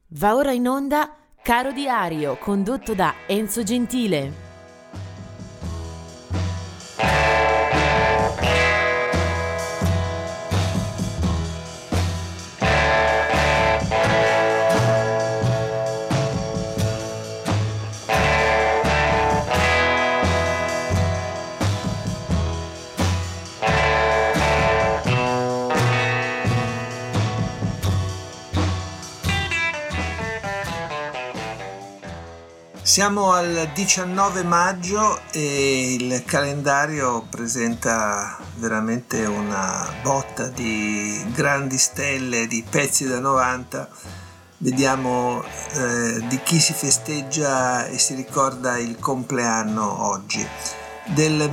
Va ora in onda Caro Diario, condotto da Enzo Gentile. Siamo al 19 maggio e il calendario presenta veramente una botta di grandi stelle, di pezzi da 90. Vediamo di chi si festeggia e si ricorda il compleanno oggi. Del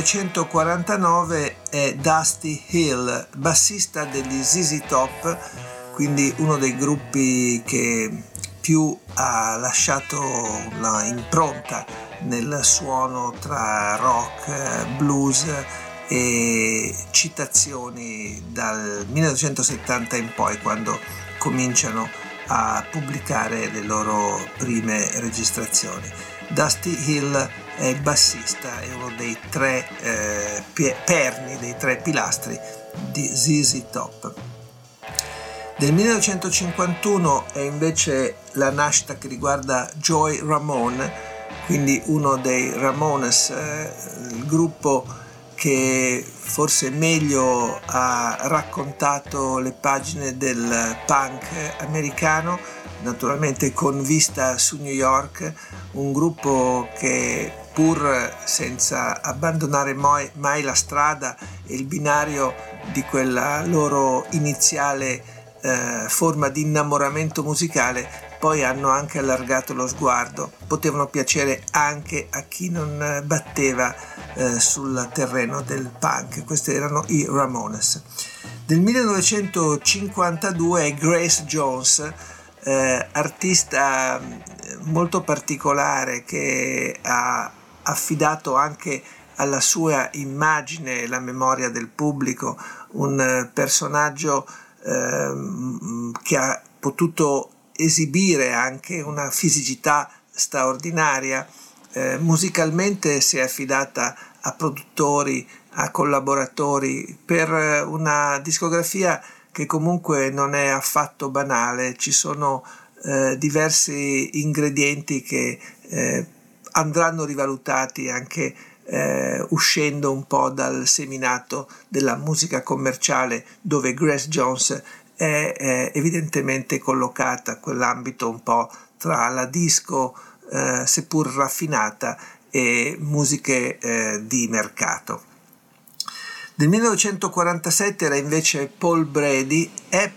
1949 è Dusty Hill, bassista degli ZZ Top, quindi uno dei gruppi che più ha lasciato la impronta nel suono tra rock, blues e citazioni dal 1970 in poi, quando cominciano a pubblicare le loro prime registrazioni. Dusty Hill è il bassista, è uno dei tre perni, dei tre pilastri di ZZ Top. Del 1951 è invece la nascita che riguarda Joey Ramone, quindi uno dei Ramones, il gruppo che forse meglio ha raccontato le pagine del punk americano, naturalmente con vista su New York, un gruppo che pur senza abbandonare mai la strada e il binario di quella loro iniziale forma di innamoramento musicale, poi hanno anche allargato lo sguardo, potevano piacere anche a chi non batteva sul terreno del punk. Questi erano i Ramones. Del 1952 è Grace Jones, artista molto particolare che ha affidato anche alla sua immagine e la memoria del pubblico, un personaggio che ha potuto esibire anche una fisicità straordinaria. Musicalmente si è affidata a produttori, a collaboratori, per una discografia che comunque non è affatto banale. Ci sono diversi ingredienti che andranno rivalutati anche uscendo un po' dal seminato della musica commerciale, dove Grace Jones è evidentemente collocata, quell'ambito un po' tra la disco seppur raffinata e musiche di mercato. Del 1947 era invece Paul Brady,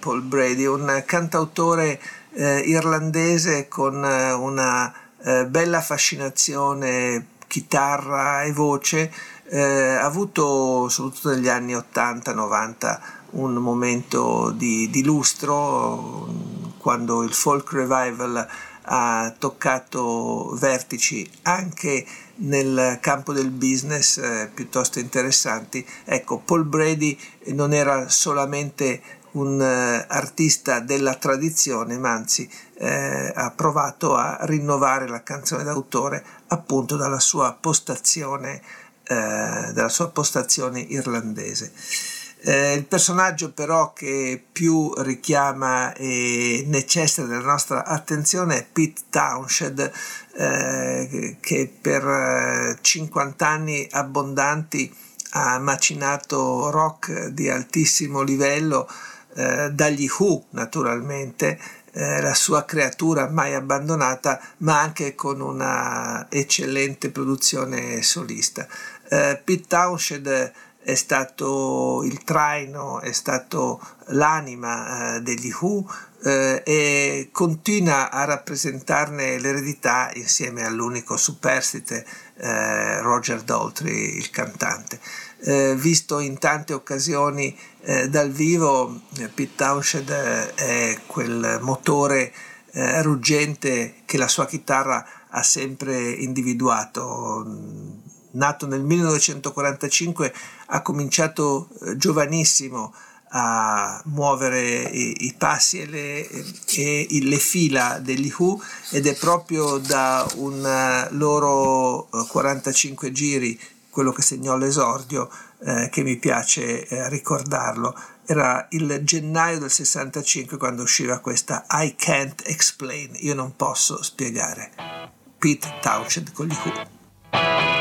un cantautore irlandese con una bella fascinazione chitarra e voce, ha avuto soprattutto negli anni 80-90 un momento di lustro, quando il folk revival ha toccato vertici anche nel campo del business piuttosto interessanti. Ecco, Paul Brady non era solamente un artista della tradizione, ma anzi ha provato a rinnovare la canzone d'autore appunto dalla sua postazione irlandese. Il personaggio però che più richiama e necessita della nostra attenzione è Pete Townshend, che per 50 anni abbondanti ha macinato rock di altissimo livello, dagli Who naturalmente, la sua creatura mai abbandonata, ma anche con una eccellente produzione solista. Pete Townshend è stato il traino, è stato l'anima degli Who, e continua a rappresentarne l'eredità insieme all'unico superstite Roger Daltrey, il cantante. Visto in tante occasioni dal vivo, Pete Townshend è quel motore ruggente che la sua chitarra ha sempre individuato. Nato nel 1945, ha cominciato giovanissimo a muovere i passi e le fila degli Who, ed è proprio da un loro 45 giri, quello che segnò l'esordio, che mi piace ricordarlo. Era il gennaio del 65 quando usciva questa I Can't Explain, io non posso spiegare. Pete Townshend con gli Who.